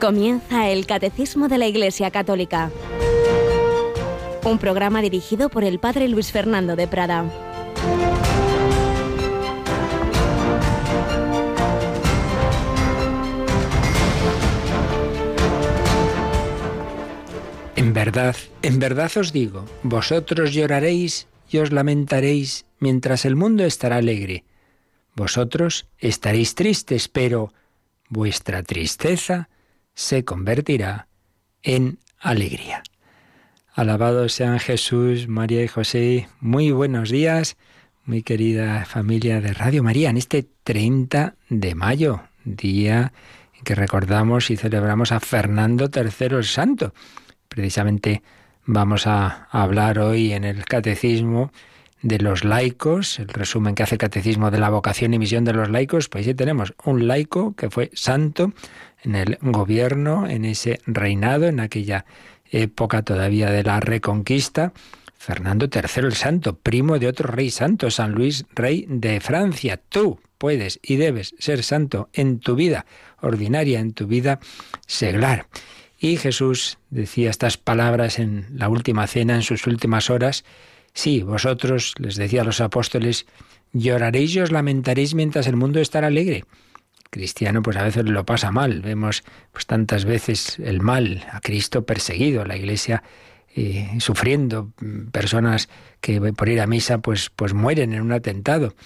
Comienza el Catecismo de la Iglesia Católica, un programa dirigido por el Padre Luis Fernando de Prada. En verdad os digo, vosotros lloraréis y os lamentaréis mientras el mundo estará alegre. Vosotros estaréis tristes, pero vuestra tristeza se convertirá en alegría. Alabados sean Jesús, María y José. Muy buenos días, muy querida familia de Radio María, en este 30 de mayo, día en que recordamos y celebramos a Fernando III el Santo. Precisamente vamos a hablar hoy en el Catecismo de los laicos, el resumen que hace el Catecismo de la vocación y misión de los laicos. Pues sí, tenemos un laico que fue santo en el gobierno, en ese reinado, en aquella época todavía de la Reconquista, Fernando III el Santo, primo de otro rey santo, San Luis, rey de Francia. Tú puedes y debes ser santo en tu vida ordinaria, en tu vida seglar. Y Jesús decía estas palabras en la última cena, en sus últimas horas. Sí, vosotros, les decía a los apóstoles, lloraréis y os lamentaréis mientras el mundo estará alegre. El cristiano pues a veces lo pasa mal. Vemos pues tantas veces el mal, a Cristo perseguido, la Iglesia sufriendo, personas que por ir a misa pues mueren en un atentado.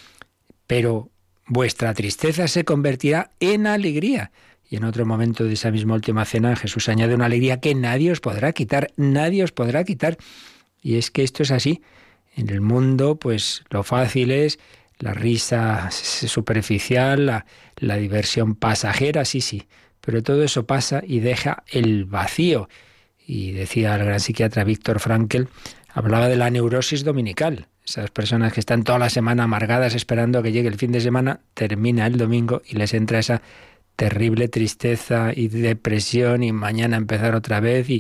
Pero vuestra tristeza se convertirá en alegría. Y en otro momento de esa misma última cena, Jesús añade una alegría que nadie os podrá quitar, nadie os podrá quitar. Y es que esto es así. En el mundo, pues lo fácil es la risa superficial, la diversión pasajera, sí. Pero todo eso pasa y deja el vacío. Y decía el gran psiquiatra Viktor Frankl, hablaba de la neurosis dominical. Esas personas que están toda la semana amargadas esperando a que llegue el fin de semana, termina el domingo y les entra esa terrible tristeza y depresión y mañana empezar otra vez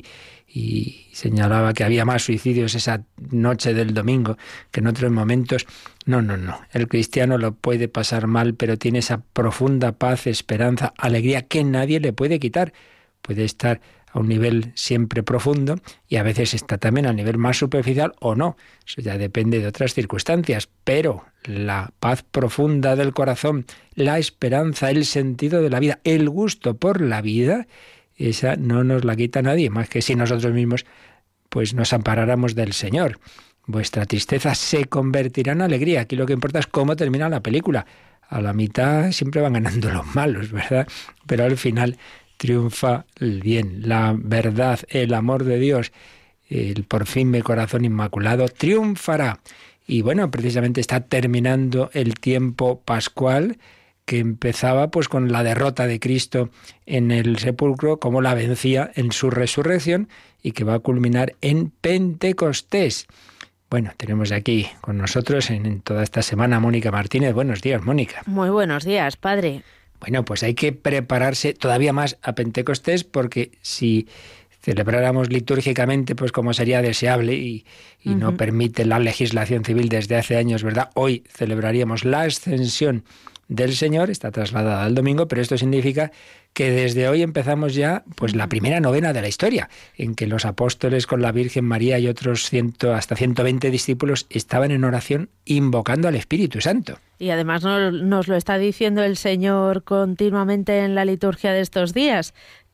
y señalaba que había más suicidios esa noche del domingo que en otros momentos. No. El cristiano lo puede pasar mal, pero tiene esa profunda paz, esperanza, alegría que nadie le puede quitar. Puede estar a un nivel siempre profundo y a veces está también a nivel más superficial o no. Eso ya depende de otras circunstancias, pero la paz profunda del corazón, la esperanza, el sentido de la vida, el gusto por la vida, esa no nos la quita nadie, más que si nosotros mismos pues nos amparáramos del Señor. Vuestra tristeza se convertirá en alegría. Aquí lo que importa es cómo termina la película. A la mitad siempre van ganando los malos, ¿verdad? Pero al final triunfa el bien, la verdad, el amor de Dios, el por fin mi corazón inmaculado triunfará. Y bueno, precisamente está terminando el tiempo pascual que empezaba pues con la derrota de Cristo en el sepulcro, como la vencía en su resurrección y que va a culminar en Pentecostés. Bueno, tenemos aquí con nosotros en toda esta semana a Mónica Martínez. Buenos días, Mónica. Muy buenos días, padre. Bueno, pues hay que prepararse todavía más a Pentecostés porque si celebráramos litúrgicamente, pues como sería deseable y no permite la legislación civil desde hace años, ¿verdad? Hoy celebraríamos la ascensión del Señor, está trasladada al domingo, pero esto significa que desde hoy empezamos ya pues la primera novena de la historia, en que los apóstoles con la Virgen María y otros hasta 120 discípulos estaban en oración invocando al Espíritu Santo. Y además nos lo está diciendo el Señor continuamente en la liturgia de estos días,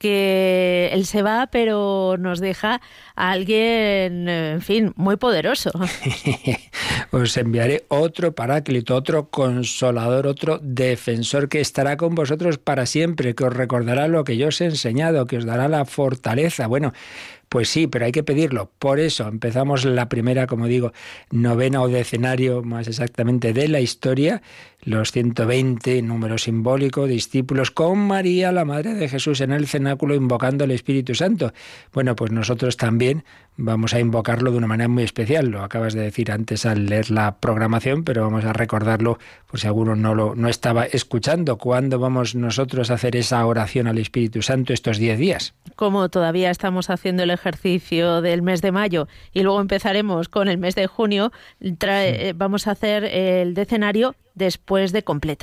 que Él se va, pero nos deja a alguien, en fin, muy poderoso. Os enviaré otro Paráclito, otro Consolador, otro Defensor que estará con vosotros para siempre, que os recordará lo que yo os he enseñado, que os dará la fortaleza. Bueno, pues sí, pero hay que pedirlo. Por eso empezamos la primera, como digo, novena o decenario, más exactamente, de la historia, los 120, número simbólico, discípulos con María, la Madre de Jesús, en el cenáculo invocando al Espíritu Santo. Bueno, pues nosotros también vamos a invocarlo de una manera muy especial. Lo acabas de decir antes al leer la programación, pero vamos a recordarlo por si alguno no estaba escuchando. ¿Cuándo vamos nosotros a hacer esa oración al Espíritu Santo estos 10 días? Como todavía estamos haciendo el ejercicio del mes de mayo y luego empezaremos con el mes de junio, vamos a hacer el decenario después de completas.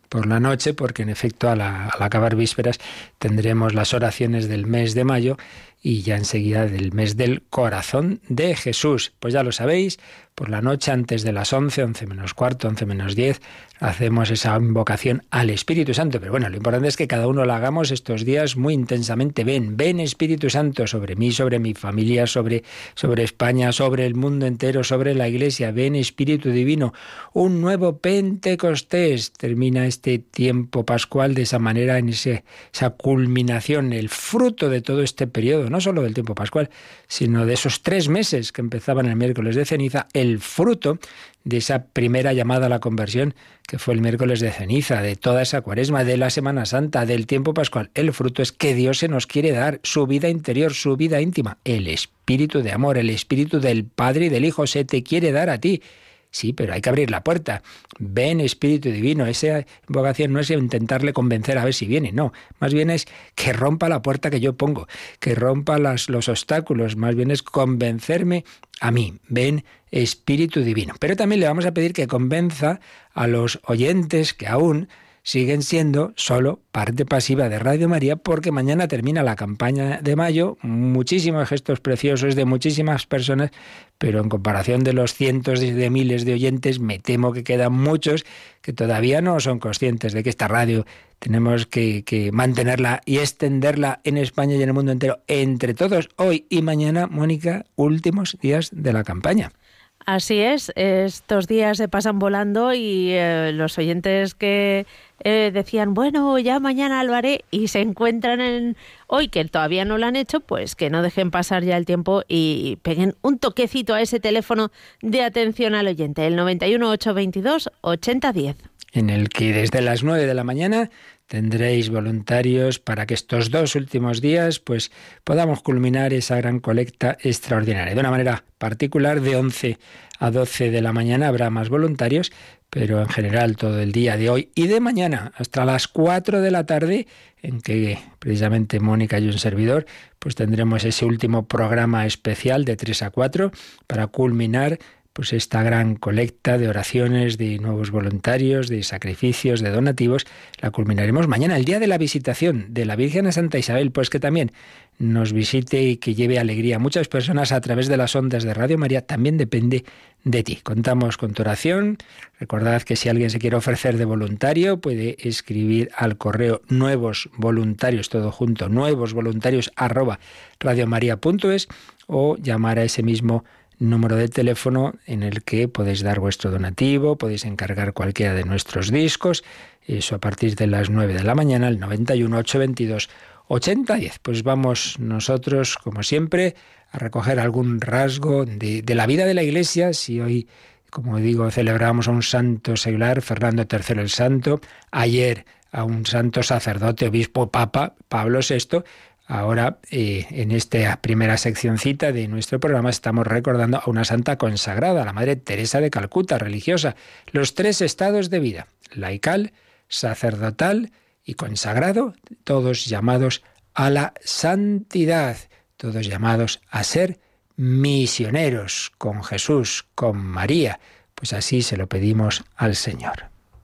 por la noche, porque en efecto al acabar vísperas tendremos las oraciones del mes de mayo y ya enseguida del mes del corazón de Jesús. Pues ya lo sabéis, por la noche antes de las 11, 11 menos cuarto, 11 menos 10, hacemos esa invocación al Espíritu Santo. Pero bueno, lo importante es que cada uno la hagamos estos días muy intensamente. Ven Espíritu Santo sobre mí, sobre mi familia, sobre España, sobre el mundo entero, sobre la Iglesia. Ven Espíritu Divino, un nuevo Pentecostés. Termina este tiempo pascual de esa manera, en esa culminación, el fruto de todo este periodo, no solo del tiempo pascual, sino de esos 3 meses que empezaban el miércoles de ceniza, el fruto de esa primera llamada a la conversión, que fue el miércoles de ceniza, de toda esa cuaresma, de la Semana Santa, del tiempo pascual. El fruto es que Dios se nos quiere dar su vida interior, su vida íntima, el espíritu de amor, el espíritu del Padre y del Hijo se te quiere dar a ti. Sí, pero hay que abrir la puerta. Ven Espíritu Divino. Esa invocación no es intentarle convencer a ver si viene, no. Más bien es que rompa la puerta que yo pongo, que rompa los obstáculos. Más bien es convencerme a mí. Ven Espíritu Divino. Pero también le vamos a pedir que convenza a los oyentes que aún siguen siendo solo parte pasiva de Radio María, porque mañana termina la campaña de mayo, muchísimos gestos preciosos de muchísimas personas, pero en comparación de los cientos de miles de oyentes, me temo que quedan muchos que todavía no son conscientes de que esta radio tenemos que mantenerla y extenderla en España y en el mundo entero, entre todos, hoy y mañana. Mónica, últimos días de la campaña. Así es, estos días se pasan volando y los oyentes que decían, bueno, ya mañana lo haré, y se encuentran en hoy que todavía no lo han hecho, pues que no dejen pasar ya el tiempo y peguen un toquecito a ese teléfono de atención al oyente, el 91 822 8010. En el que desde las 9 de la mañana tendréis voluntarios para que estos 2 últimos días pues podamos culminar esa gran colecta extraordinaria. De una manera particular, de 11 a 12 de la mañana habrá más voluntarios, pero en general todo el día de hoy y de mañana hasta las 4 de la tarde, en que precisamente Mónica y un servidor pues tendremos ese último programa especial de 3 a 4 para culminar pues esta gran colecta de oraciones, de nuevos voluntarios, de sacrificios, de donativos. La culminaremos mañana, el día de la visitación de la Virgen a Santa Isabel, pues que también nos visite y que lleve alegría a muchas personas a través de las ondas de Radio María. También depende de ti. Contamos con tu oración. Recordad que si alguien se quiere ofrecer de voluntario, puede escribir al correo nuevosvoluntarios, todo junto, nuevosvoluntarios@radiomaria.es, o llamar a ese mismo número de teléfono en el que podéis dar vuestro donativo, podéis encargar cualquiera de nuestros discos, eso a partir de las 9 de la mañana, el 91 822 8010. Pues vamos nosotros, como siempre, a recoger algún rasgo de la vida de la Iglesia. Si hoy, como digo, celebramos a un santo seglar, Fernando III el Santo, ayer a un santo sacerdote, obispo, papa, Pablo VI, ahora, en esta primera seccioncita de nuestro programa, estamos recordando a una santa consagrada, la Madre Teresa de Calcuta, religiosa. Los 3 estados de vida, laical, sacerdotal y consagrado, todos llamados a la santidad, todos llamados a ser misioneros con Jesús, con María. Pues así se lo pedimos al Señor.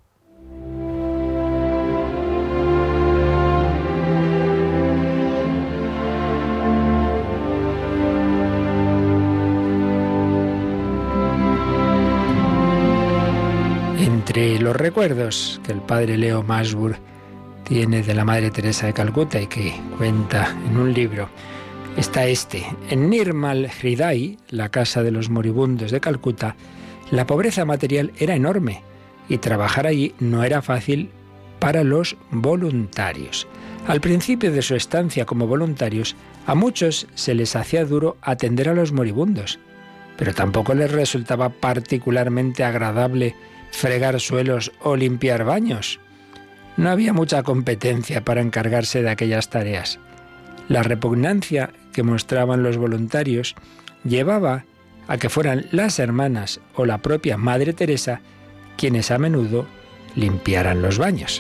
Entre los recuerdos que el padre Leo Masburg tiene de la Madre Teresa de Calcuta y que cuenta en un libro, está este. En Nirmal Hridai, la casa de los moribundos de Calcuta, la pobreza material era enorme y trabajar allí no era fácil para los voluntarios. Al principio de su estancia como voluntarios, a muchos se les hacía duro atender a los moribundos, pero tampoco les resultaba particularmente agradable fregar suelos o limpiar baños. No había mucha competencia para encargarse de aquellas tareas. La repugnancia que mostraban los voluntarios llevaba a que fueran las hermanas o la propia Madre Teresa quienes a menudo limpiaran los baños.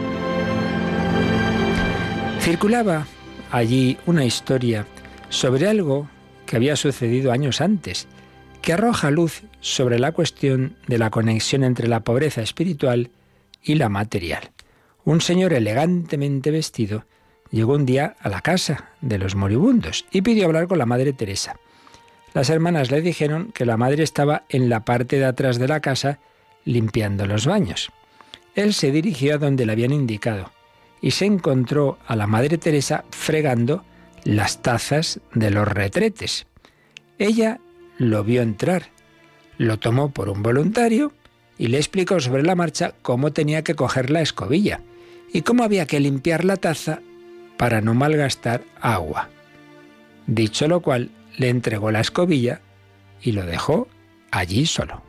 Circulaba allí una historia sobre algo que había sucedido años antes, que arroja luz sobre la cuestión de la conexión entre la pobreza espiritual y la material. Un señor elegantemente vestido llegó un día a la casa de los moribundos y pidió hablar con la Madre Teresa. Las hermanas le dijeron que la madre estaba en la parte de atrás de la casa limpiando los baños. Él se dirigió a donde le habían indicado y se encontró a la Madre Teresa fregando las tazas de los retretes. Ella lo vio entrar, lo tomó por un voluntario y le explicó sobre la marcha cómo tenía que coger la escobilla y cómo había que limpiar la taza para no malgastar agua. Dicho lo cual, le entregó la escobilla y lo dejó allí solo.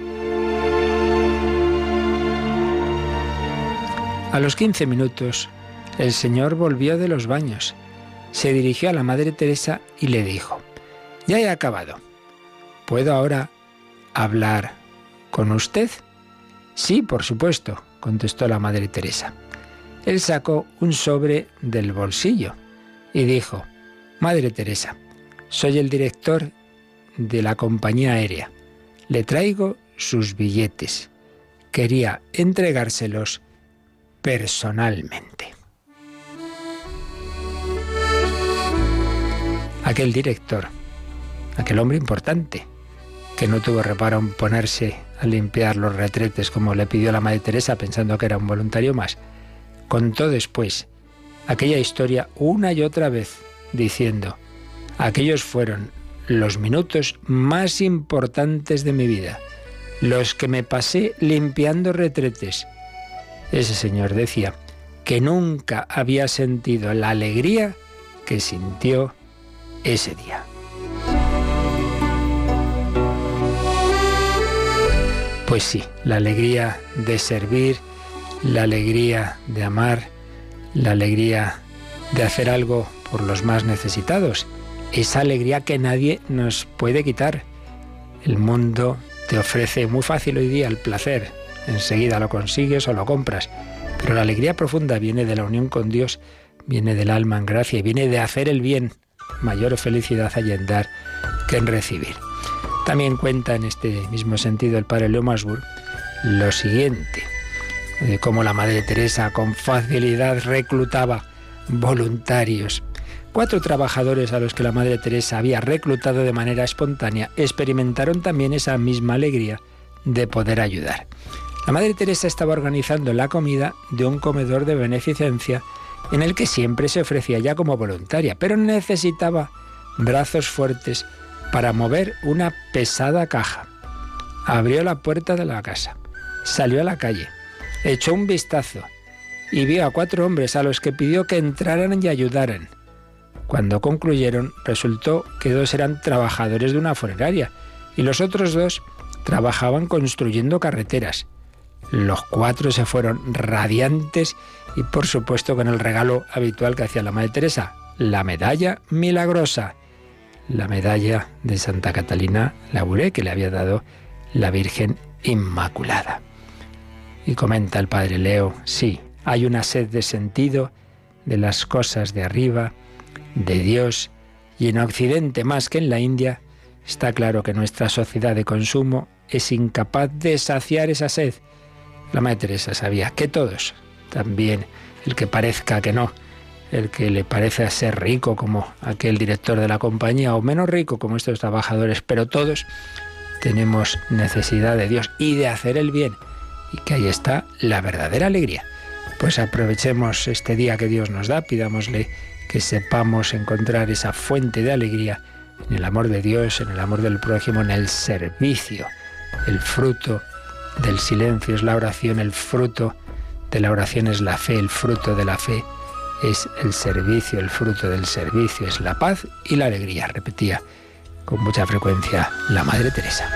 A los 15 minutos, el señor volvió de los baños. Se dirigió a la Madre Teresa y le dijo: «Ya he acabado. ¿Puedo ahora hablar con usted?» «Sí, por supuesto», contestó la Madre Teresa. Él sacó un sobre del bolsillo y dijo: «Madre Teresa, soy el director de la compañía aérea. Le traigo sus billetes. Quería entregárselos personalmente». Aquel director, aquel hombre importante, que no tuvo reparo en ponerse a limpiar los retretes como le pidió la Madre Teresa pensando que era un voluntario más, contó después aquella historia una y otra vez, diciendo: «Aquellos fueron los minutos más importantes de mi vida, los que me pasé limpiando retretes». Ese señor decía que nunca había sentido la alegría que sintió ese día. Pues sí, la alegría de servir, la alegría de amar, la alegría de hacer algo por los más necesitados, esa alegría que nadie nos puede quitar. El mundo te ofrece muy fácil hoy día el placer, enseguida lo consigues o lo compras, pero la alegría profunda viene de la unión con Dios, viene del alma en gracia y viene de hacer el bien. Mayor felicidad hay en dar que en recibir. También cuenta en este mismo sentido el padre Leo Masbur lo siguiente, de cómo la Madre Teresa con facilidad reclutaba voluntarios. 4 trabajadores a los que la Madre Teresa había reclutado de manera espontánea experimentaron también esa misma alegría de poder ayudar. La Madre Teresa estaba organizando la comida de un comedor de beneficencia en el que siempre se ofrecía ya como voluntaria, pero necesitaba brazos fuertes para mover una pesada caja. Abrió la puerta de la casa, salió a la calle, echó un vistazo y vio a 4 hombres a los que pidió que entraran y ayudaran. Cuando concluyeron, resultó que 2 eran trabajadores de una funeraria y los otros 2 trabajaban construyendo carreteras. Los 4 se fueron radiantes y por supuesto con el regalo habitual que hacía la Madre Teresa, la medalla milagrosa, la medalla de Santa Catalina Labouré que le había dado la Virgen Inmaculada. Y comenta el padre Leo: sí, hay una sed de sentido de las cosas de arriba, de Dios, y en Occidente más que en la India está claro que nuestra sociedad de consumo es incapaz de saciar esa sed. La Madre Teresa sabía que todos, también el que parezca que no, el que le parece ser rico como aquel director de la compañía o menos rico como estos trabajadores, pero todos tenemos necesidad de Dios y de hacer el bien, y que ahí está la verdadera alegría. Pues aprovechemos este día que Dios nos da, pidámosle que sepamos encontrar esa fuente de alegría en el amor de Dios, en el amor del prójimo, en el servicio. El fruto del silencio es la oración, el fruto de la oración es la fe, el fruto de la fe es el servicio, el fruto del servicio es la paz y la alegría, repetía con mucha frecuencia la Madre Teresa.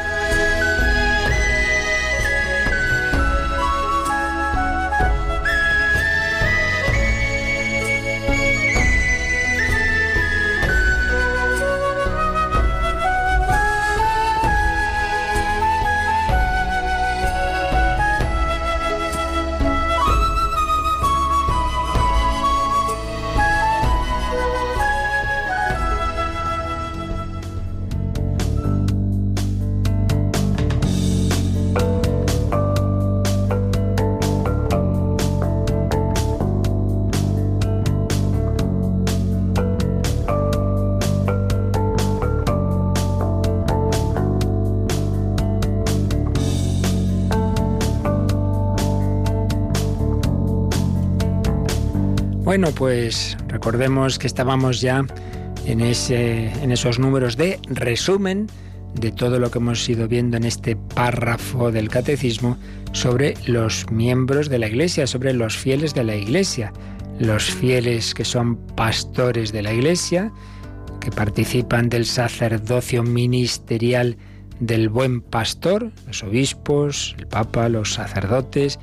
Bueno, pues recordemos que estábamos ya en esos números de resumen de todo lo que hemos ido viendo en este párrafo del Catecismo sobre los miembros de la Iglesia, sobre los fieles de la Iglesia. Los fieles que son pastores de la Iglesia, que participan del sacerdocio ministerial del buen pastor, los obispos, el Papa, los sacerdotes,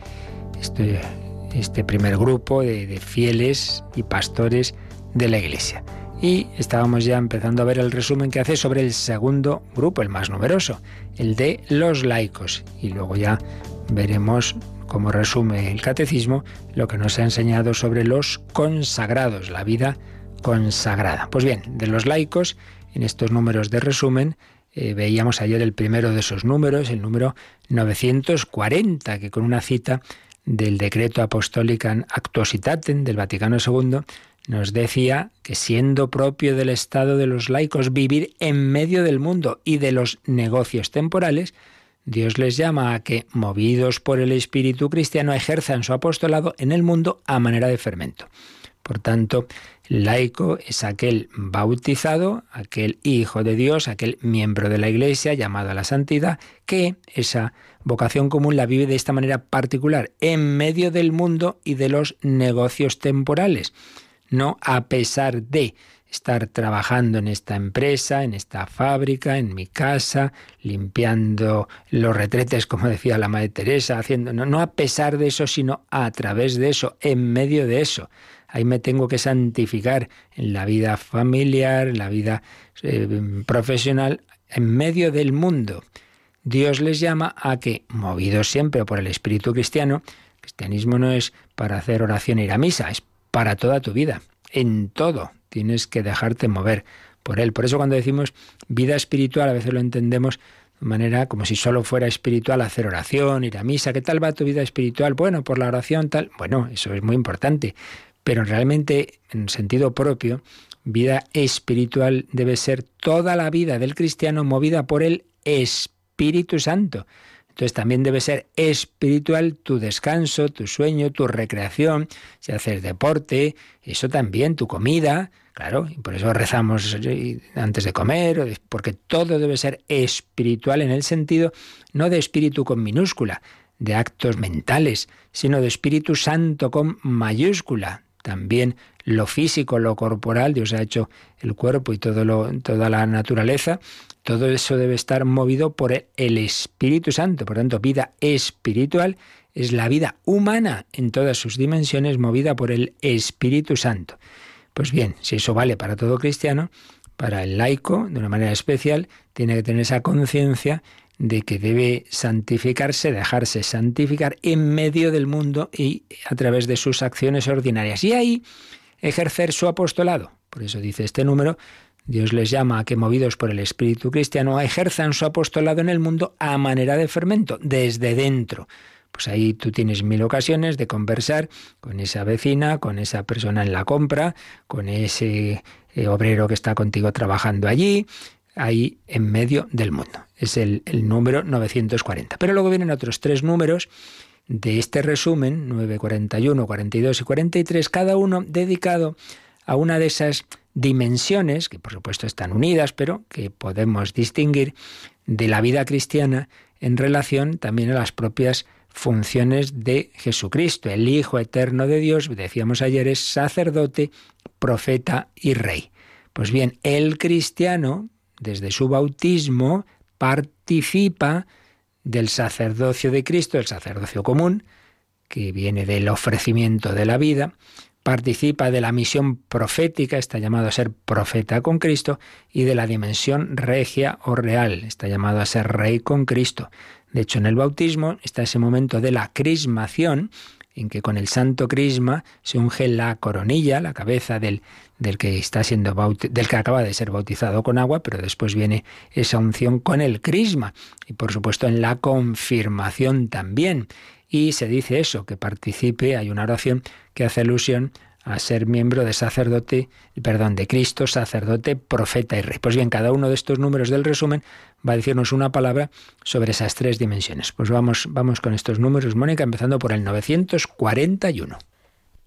este primer grupo de fieles y pastores de la Iglesia. Y estábamos ya empezando a ver el resumen que hace sobre el segundo grupo, el más numeroso, el de los laicos. Y luego ya veremos cómo resume el Catecismo lo que nos ha enseñado sobre los consagrados, la vida consagrada. Pues bien, de los laicos, en estos números de resumen, veíamos ayer el primero de esos números, el número 940, que con una cita del Decreto Apostolican Actuositatem del Vaticano II, nos decía que siendo propio del estado de los laicos vivir en medio del mundo y de los negocios temporales, Dios les llama a que, movidos por el espíritu cristiano, ejerzan su apostolado en el mundo a manera de fermento. Por tanto, el laico es aquel bautizado, aquel hijo de Dios, aquel miembro de la Iglesia llamado a la santidad, que esa vocación común la vive de esta manera particular, en medio del mundo y de los negocios temporales. No a pesar de estar trabajando en esta empresa, en esta fábrica, en mi casa, limpiando los retretes, como decía la Madre Teresa, no a pesar de eso, sino a través de eso, en medio de eso. Ahí me tengo que santificar en la vida familiar, en la vida profesional, en medio del mundo. Dios les llama a que, movidos siempre por el espíritu cristiano, el cristianismo no es para hacer oración e ir a misa, es para toda tu vida, en todo. Tienes que dejarte mover por él. Por eso cuando decimos vida espiritual, a veces lo entendemos de manera como si solo fuera espiritual hacer oración, ir a misa. ¿Qué tal va tu vida espiritual? Bueno, por la oración tal. Bueno, eso es muy importante. Pero realmente, en sentido propio, vida espiritual debe ser toda la vida del cristiano movida por el Espíritu Santo. Entonces también debe ser espiritual tu descanso, tu sueño, tu recreación, si haces deporte, eso también, tu comida, claro, y por eso rezamos antes de comer, porque todo debe ser espiritual en el sentido no de espíritu con minúscula, de actos mentales, sino de Espíritu Santo con mayúscula. También lo físico, lo corporal, Dios ha hecho el cuerpo y toda la naturaleza, todo eso debe estar movido por el Espíritu Santo. Por tanto, vida espiritual es la vida humana en todas sus dimensiones, movida por el Espíritu Santo. Pues bien, si eso vale para todo cristiano, para el laico, de una manera especial, tiene que tener esa conciencia de que debe santificarse, dejarse santificar en medio del mundo y a través de sus acciones ordinarias. Y ahí ejercer su apostolado. Por eso dice este número, Dios les llama a que, movidos por el espíritu cristiano, ejerzan su apostolado en el mundo a manera de fermento, desde dentro. Pues ahí tú tienes 1000 ocasiones de conversar con esa vecina, con esa persona en la compra, con ese obrero que está contigo trabajando allí, ahí en medio del mundo. Es el número 940. Pero luego vienen otros 3 números de este resumen, 9, 41, 42 y 43, cada uno dedicado a una de esas dimensiones, que por supuesto están unidas, pero que podemos distinguir de la vida cristiana en relación también a las propias funciones de Jesucristo. El Hijo eterno de Dios, decíamos ayer, es sacerdote, profeta y rey. Pues bien, el cristiano, desde su bautismo, participa del sacerdocio de Cristo, el sacerdocio común, que viene del ofrecimiento de la vida, participa de la misión profética, está llamado a ser profeta con Cristo, y de la dimensión regia o real, está llamado a ser rey con Cristo. De hecho, en el bautismo está ese momento de la crismación, en que con el santo crisma se unge la coronilla, la cabeza del que está siendo del que acaba de ser bautizado con agua, pero después viene esa unción con el crisma, y por supuesto en la confirmación también. Y se dice eso, que participe, hay una oración que hace alusión a ser miembro de Cristo, sacerdote, profeta y rey. Pues bien, cada uno de estos números del resumen va a decirnos una palabra sobre esas 3 dimensiones. Pues vamos con estos números, Mónica, empezando por el 941.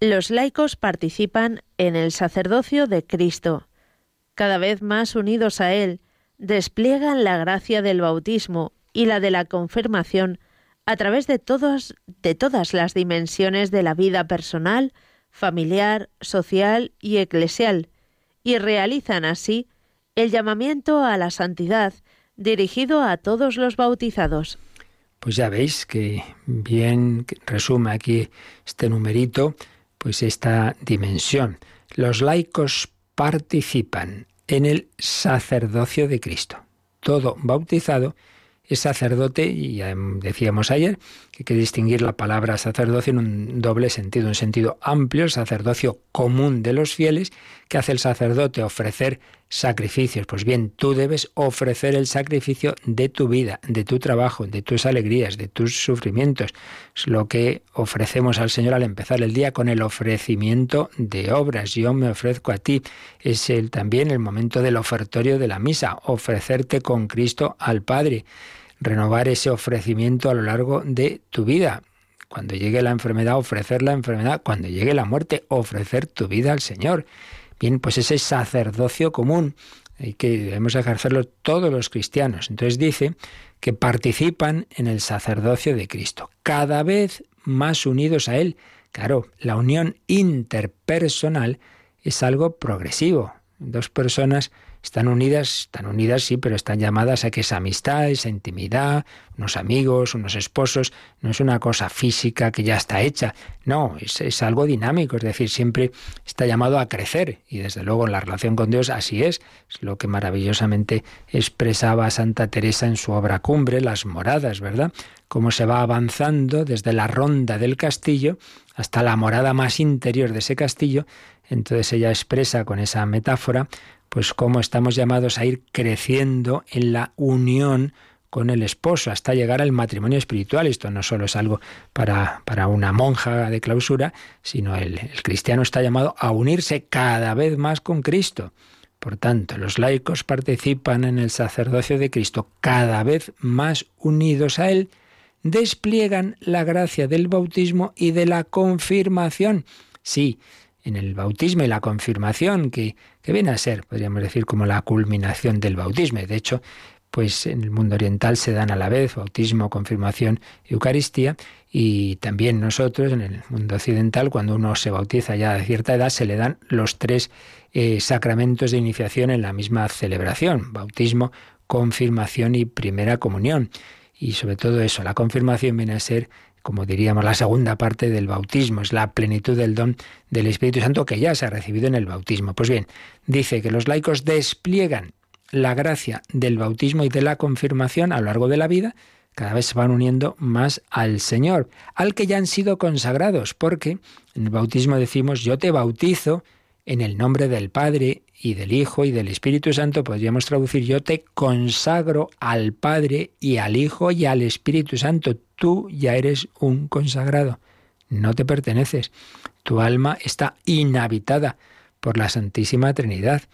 Los laicos participan en el sacerdocio de Cristo. Cada vez más unidos a Él, despliegan la gracia del bautismo y la de la confirmación a través de todas las dimensiones de la vida personal, familiar, social y eclesial, y realizan así el llamamiento a la santidad dirigido a todos los bautizados. Pues ya veis que bien resume aquí este numerito, pues esta dimensión. Los laicos participan en el sacerdocio de Cristo. Todo bautizado es sacerdote, y ya decíamos ayer que hay que distinguir la palabra sacerdocio en un doble sentido, un sentido amplio, el sacerdocio común de los fieles. ¿Qué hace el sacerdote? Ofrecer sacrificios. Pues bien, tú debes ofrecer el sacrificio de tu vida, de tu trabajo, de tus alegrías, de tus sufrimientos. Es lo que ofrecemos al Señor al empezar el día con el ofrecimiento de obras. Yo me ofrezco a ti. Es también el momento del ofertorio de la misa, ofrecerte con Cristo al Padre. Renovar ese ofrecimiento a lo largo de tu vida. Cuando llegue la enfermedad, ofrecer la enfermedad. Cuando llegue la muerte, ofrecer tu vida al Señor. Bien, pues ese sacerdocio común debemos ejercerlo todos los cristianos. Entonces dice que participan en el sacerdocio de Cristo, cada vez más unidos a Él. Claro, la unión interpersonal es algo progresivo. Dos personas están unidas sí, pero están llamadas a que esa amistad, esa intimidad, unos amigos, unos esposos, no es una cosa física que ya está hecha, no, es algo dinámico, es decir, siempre está llamado a crecer, y desde luego en la relación con Dios así es lo que maravillosamente expresaba Santa Teresa en su obra cumbre, Las Moradas, ¿verdad? Cómo se va avanzando desde la ronda del castillo hasta la morada más interior de ese castillo. Entonces ella expresa con esa metáfora pues cómo estamos llamados a ir creciendo en la unión con el esposo hasta llegar al matrimonio espiritual. Esto no solo es algo para una monja de clausura, sino el cristiano está llamado a unirse cada vez más con Cristo. Por tanto, los laicos participan en el sacerdocio de Cristo, cada vez más unidos a Él, despliegan la gracia del bautismo y de la confirmación. Sí, en el bautismo y la confirmación, que viene a ser, podríamos decir, como la culminación del bautismo. De hecho, pues en el mundo oriental se dan a la vez bautismo, confirmación y Eucaristía, y también nosotros, en el mundo occidental, cuando uno se bautiza ya de cierta edad, se le dan los tres sacramentos de iniciación en la misma celebración: bautismo, confirmación y primera comunión. Y sobre todo eso, la confirmación viene a ser, como diríamos, la segunda parte del bautismo, es la plenitud del don del Espíritu Santo que ya se ha recibido en el bautismo. Pues bien, dice que los laicos despliegan la gracia del bautismo y de la confirmación a lo largo de la vida, cada vez se van uniendo más al Señor, al que ya han sido consagrados, porque en el bautismo decimos: yo te bautizo en el nombre del Padre y del Hijo y del Espíritu Santo. Podríamos traducir: yo te consagro al Padre y al Hijo y al Espíritu Santo. Tú ya eres un consagrado, no te perteneces. Tu alma está inhabitada por la Santísima Trinidad.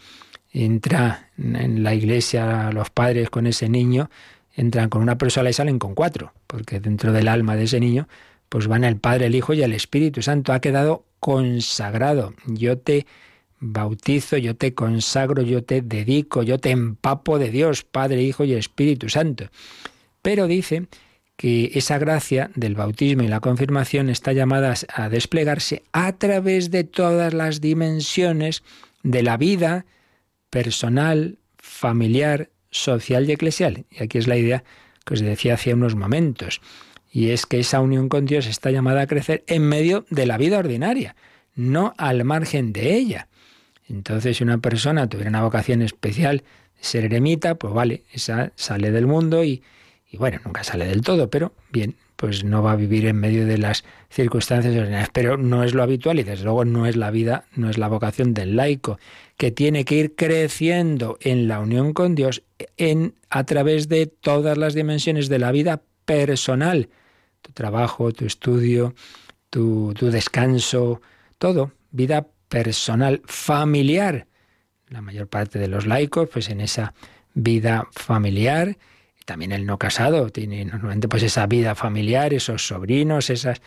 Entra en la iglesia los padres con ese niño, entran con una persona y salen con 4, porque dentro del alma de ese niño pues van el Padre, el Hijo y el Espíritu Santo. Ha quedado consagrado. Yo te bautizo, yo te consagro, yo te dedico, yo te empapo de Dios, Padre, Hijo y Espíritu Santo. Pero dice que esa gracia del bautismo y la confirmación está llamada a desplegarse a través de todas las dimensiones de la vida personal, familiar, social y eclesial. Y aquí es la idea que os decía hace unos momentos. Y es que esa unión con Dios está llamada a crecer en medio de la vida ordinaria, no al margen de ella. Entonces, si una persona tuviera una vocación especial de ser eremita, pues vale, esa sale del mundo y bueno, nunca sale del todo, pero bien, pues no va a vivir en medio de las circunstancias ordinarias. Pero no es lo habitual y desde luego no es la vida, no es la vocación del laico, que tiene que ir creciendo en la unión con Dios a través de todas las dimensiones de la vida personal. Tu trabajo, tu estudio, tu descanso, todo, vida personal, familiar. La mayor parte de los laicos, pues en esa vida familiar. También el no casado tiene normalmente pues esa vida familiar, esos sobrinos, esas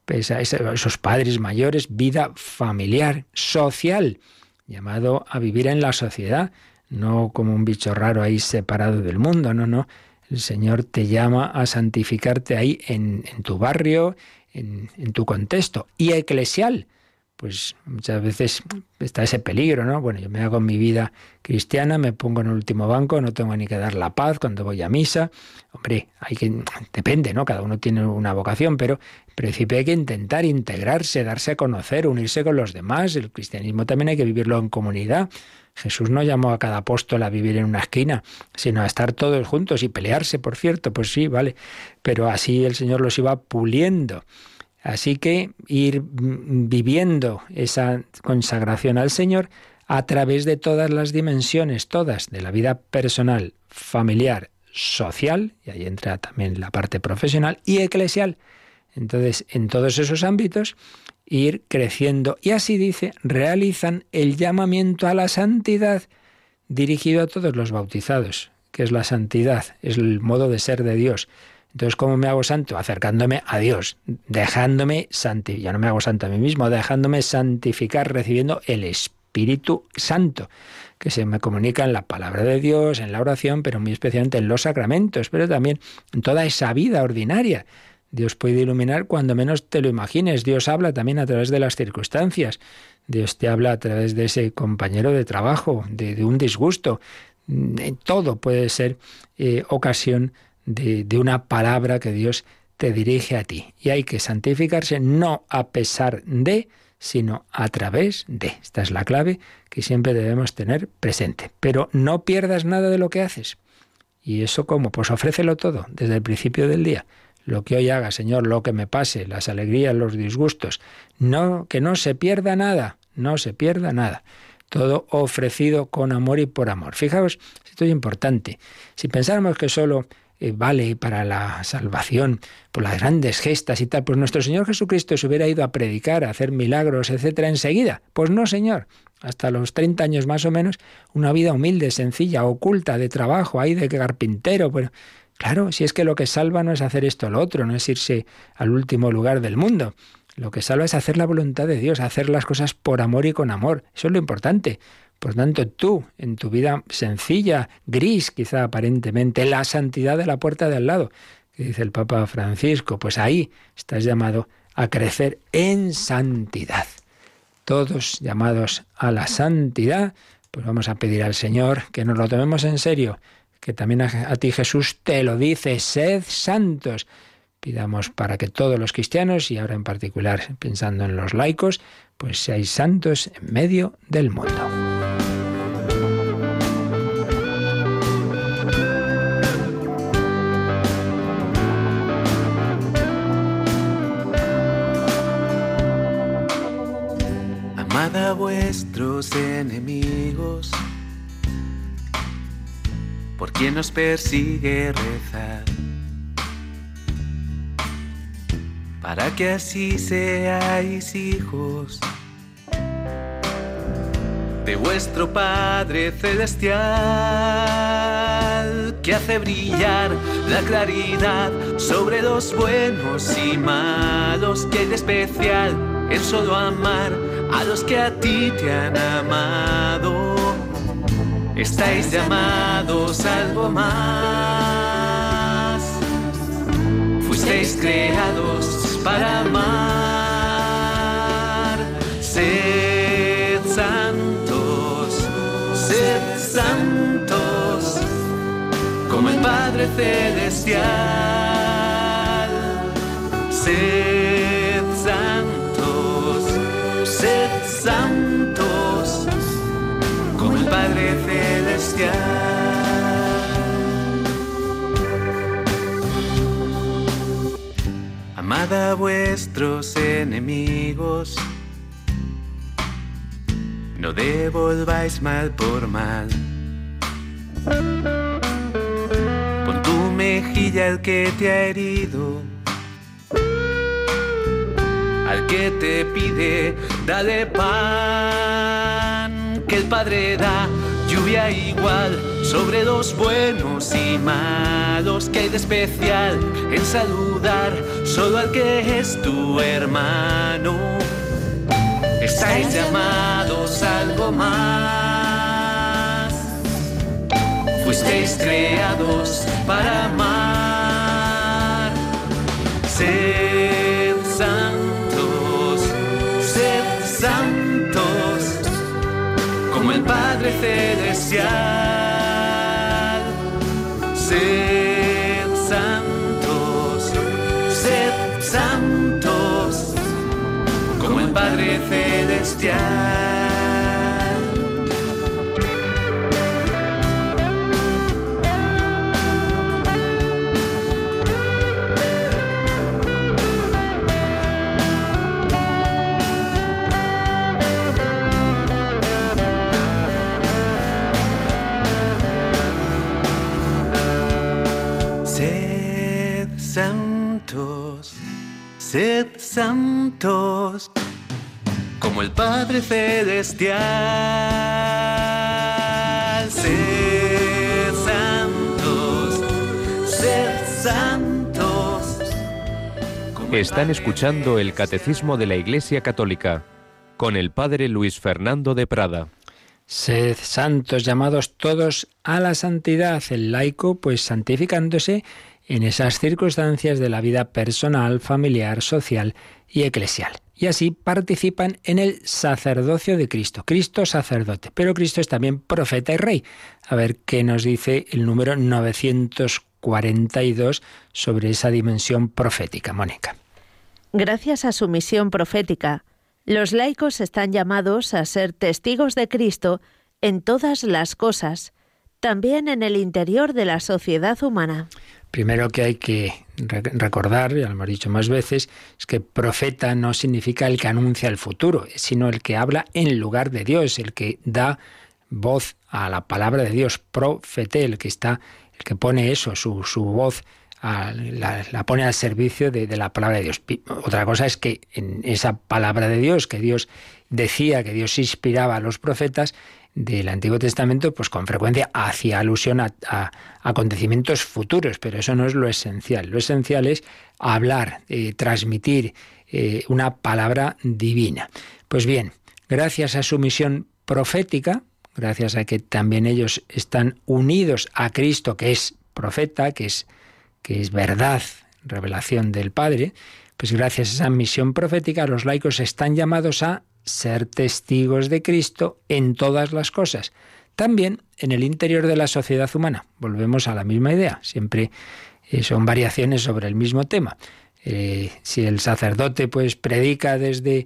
pues a esos padres mayores, vida familiar, social, llamado a vivir en la sociedad, no como un bicho raro ahí separado del mundo, no. El Señor te llama a santificarte ahí en tu barrio, en tu contexto. Y eclesial, pues muchas veces está ese peligro, ¿no? Bueno, yo me hago mi vida cristiana, me pongo en el último banco, no tengo ni que dar la paz cuando voy a misa. Hombre, depende, ¿no? Cada uno tiene una vocación, pero en principio hay que intentar integrarse, darse a conocer, unirse con los demás. El cristianismo también hay que vivirlo en comunidad. Jesús no llamó a cada apóstol a vivir en una esquina, sino a estar todos juntos y pelearse, por cierto, pues sí, vale, pero así el Señor los iba puliendo. Así que ir viviendo esa consagración al Señor a través de todas las dimensiones, todas, de la vida personal, familiar, social, y ahí entra también la parte profesional, y eclesial. Entonces, en todos esos ámbitos, ir creciendo. Y así dice, realizan el llamamiento a la santidad dirigido a todos los bautizados. ¿Qué es la santidad? Es el modo de ser de Dios. Entonces, ¿cómo me hago santo? Acercándome a Dios, dejándome santificar. Ya no me hago santo a mí mismo, dejándome santificar, recibiendo el Espíritu Santo, que se me comunica en la palabra de Dios, en la oración, pero muy especialmente en los sacramentos, pero también en toda esa vida ordinaria. Dios puede iluminar cuando menos te lo imagines. Dios habla también a través de las circunstancias. Dios te habla a través de ese compañero de trabajo, de un disgusto. Todo puede ser ocasión de una palabra que Dios te dirige a ti. Y hay que santificarse no a pesar de, sino a través de. Esta es la clave que siempre debemos tener presente. Pero no pierdas nada de lo que haces. ¿Y eso cómo? Pues ofrécelo todo desde el principio del día. Lo que hoy haga, Señor, lo que me pase, las alegrías, los disgustos, no, que no se pierda nada, no se pierda nada. Todo ofrecido con amor y por amor. Fijaos, esto es importante. Si pensáramos que solo vale para la salvación, por las grandes gestas y tal, pues nuestro Señor Jesucristo se hubiera ido a predicar, a hacer milagros, etcétera, enseguida. Pues no, Señor. Hasta los 30 años más o menos, una vida humilde, sencilla, oculta, de trabajo, ahí de carpintero, bueno. Claro, si es que lo que salva no es hacer esto o lo otro, no es irse al último lugar del mundo. Lo que salva es hacer la voluntad de Dios, hacer las cosas por amor y con amor. Eso es lo importante. Por tanto, tú, en tu vida sencilla, gris, quizá aparentemente, la santidad de la puerta de al lado, que dice el Papa Francisco, pues ahí estás llamado a crecer en santidad. Todos llamados a la santidad, pues vamos a pedir al Señor que nos lo tomemos en serio, que también a ti Jesús te lo dice, sed santos. Pidamos para que todos los cristianos, y ahora en particular pensando en los laicos, pues seáis santos en medio del mundo. Amad a vuestros enemigos, por quien os persigue rezar, para que así seáis hijos de vuestro Padre Celestial, que hace brillar la claridad sobre los buenos y malos, que hay de especial en solo amar a los que a ti te han amado. Estáis llamados a algo más. Fuisteis creados para amar. Sed santos, como el Padre Celestial. Sed santos, como el Padre Celestial. Amad a vuestros enemigos, no devolváis mal por mal. Pon tu mejilla al que te ha herido, al que te pide, dale pan, que el Padre da lluvia igual sobre los buenos y malos. ¿Qué hay de especial en saludar solo al que es tu hermano? Estáis llamados a algo más. Fuisteis creados para amar. Sed santos, como el Padre Celestial. Sed santos, como el Padre Celestial. Sed santos, como el Padre Celestial. Sed santos. Están escuchando el Catecismo de la Iglesia Católica con el Padre Luis Fernando de Prada. Sed santos, llamados todos a la santidad. El laico, pues santificándose en esas circunstancias de la vida personal, familiar, social y eclesial. Y así participan en el sacerdocio de Cristo. Cristo sacerdote, pero Cristo es también profeta y rey. A ver qué nos dice el número 942 sobre esa dimensión profética. Mónica. Gracias a su misión profética, los laicos están llamados a ser testigos de Cristo en todas las cosas, también en el interior de la sociedad humana. Primero que hay que recordar, ya lo hemos dicho más veces, es que profeta no significa el que anuncia el futuro, sino el que habla en lugar de Dios, el que da voz a la palabra de Dios, profete, el que pone eso, su voz, la pone al servicio de la palabra de Dios. Otra cosa es que en esa palabra de Dios, que Dios decía, que Dios inspiraba a los profetas del Antiguo Testamento, pues con frecuencia hacía alusión a acontecimientos futuros, pero eso no es lo esencial. Lo esencial es hablar, transmitir una palabra divina. Pues bien, gracias a su misión profética, gracias a que también ellos están unidos a Cristo, que es profeta, que es verdad, revelación del Padre, pues gracias a esa misión profética los laicos están llamados a ser testigos de Cristo en todas las cosas, también en el interior de la sociedad humana. Volvemos a la misma idea, siempre son variaciones sobre el mismo tema. Si el sacerdote pues predica desde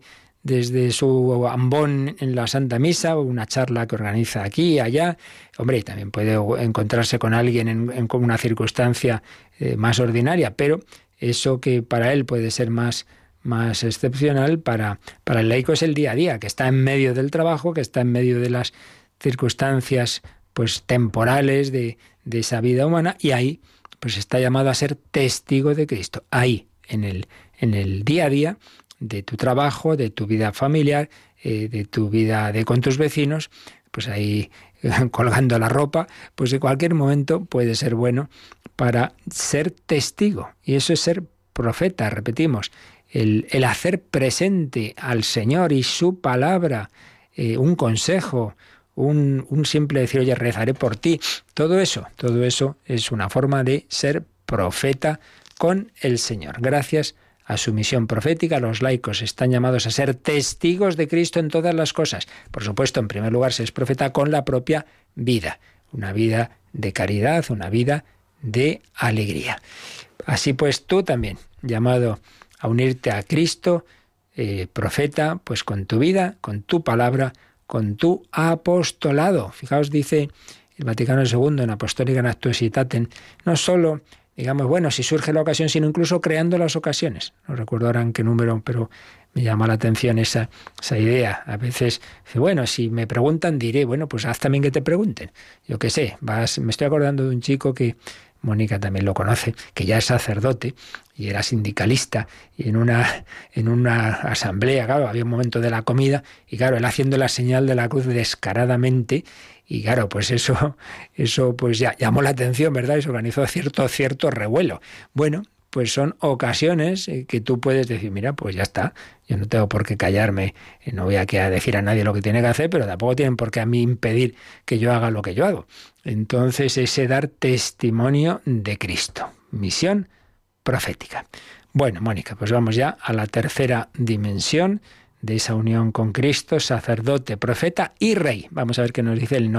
su ambón en la Santa Misa o una charla que organiza aquí y allá, hombre, también puede encontrarse con alguien en una circunstancia más ordinaria, pero eso que para él puede ser más excepcional, para el laico es el día a día, que está en medio del trabajo, que está en medio de las circunstancias pues temporales de esa vida humana, y ahí pues está llamado a ser testigo de Cristo. Ahí, en el día a día de tu trabajo, de tu vida familiar, de tu vida con tus vecinos, pues ahí colgando la ropa, pues en cualquier momento puede ser bueno para ser testigo. Y eso es ser profeta, repetimos. El hacer presente al Señor y su palabra, un consejo, un simple decir, oye, rezaré por ti. Todo eso es una forma de ser profeta con el Señor. Gracias a su misión profética, los laicos están llamados a ser testigos de Cristo en todas las cosas. Por supuesto, en primer lugar, se es profeta con la propia vida, una vida de caridad, una vida de alegría. Así pues, tú también, llamado a unirte a Cristo, profeta, pues con tu vida, con tu palabra, con tu apostolado. Fijaos, dice el Vaticano II en Apostolica Actuositatem, no solo, digamos, bueno, si surge la ocasión, sino incluso creando las ocasiones. No recuerdo ahora en qué número, pero me llama la atención esa idea. A veces, bueno, si me preguntan, diré, bueno, pues haz también que te pregunten. Yo qué sé, me estoy acordando de un chico que Mónica también lo conoce, que ya es sacerdote y era sindicalista, y en una asamblea, claro, había un momento de la comida, y claro, él haciendo la señal de la cruz descaradamente, Y claro, pues eso pues ya llamó la atención, ¿verdad? Y se organizó cierto revuelo. Bueno, pues son ocasiones que tú puedes decir, mira, pues ya está, yo no tengo por qué callarme, no voy aquí a decir a nadie lo que tiene que hacer, pero tampoco tienen por qué a mí impedir que yo haga lo que yo hago. Entonces, ese dar testimonio de Cristo, misión profética. Bueno, Mónica, pues vamos ya a la tercera dimensión de esa unión con Cristo, sacerdote, profeta y rey. Vamos a ver qué nos dice el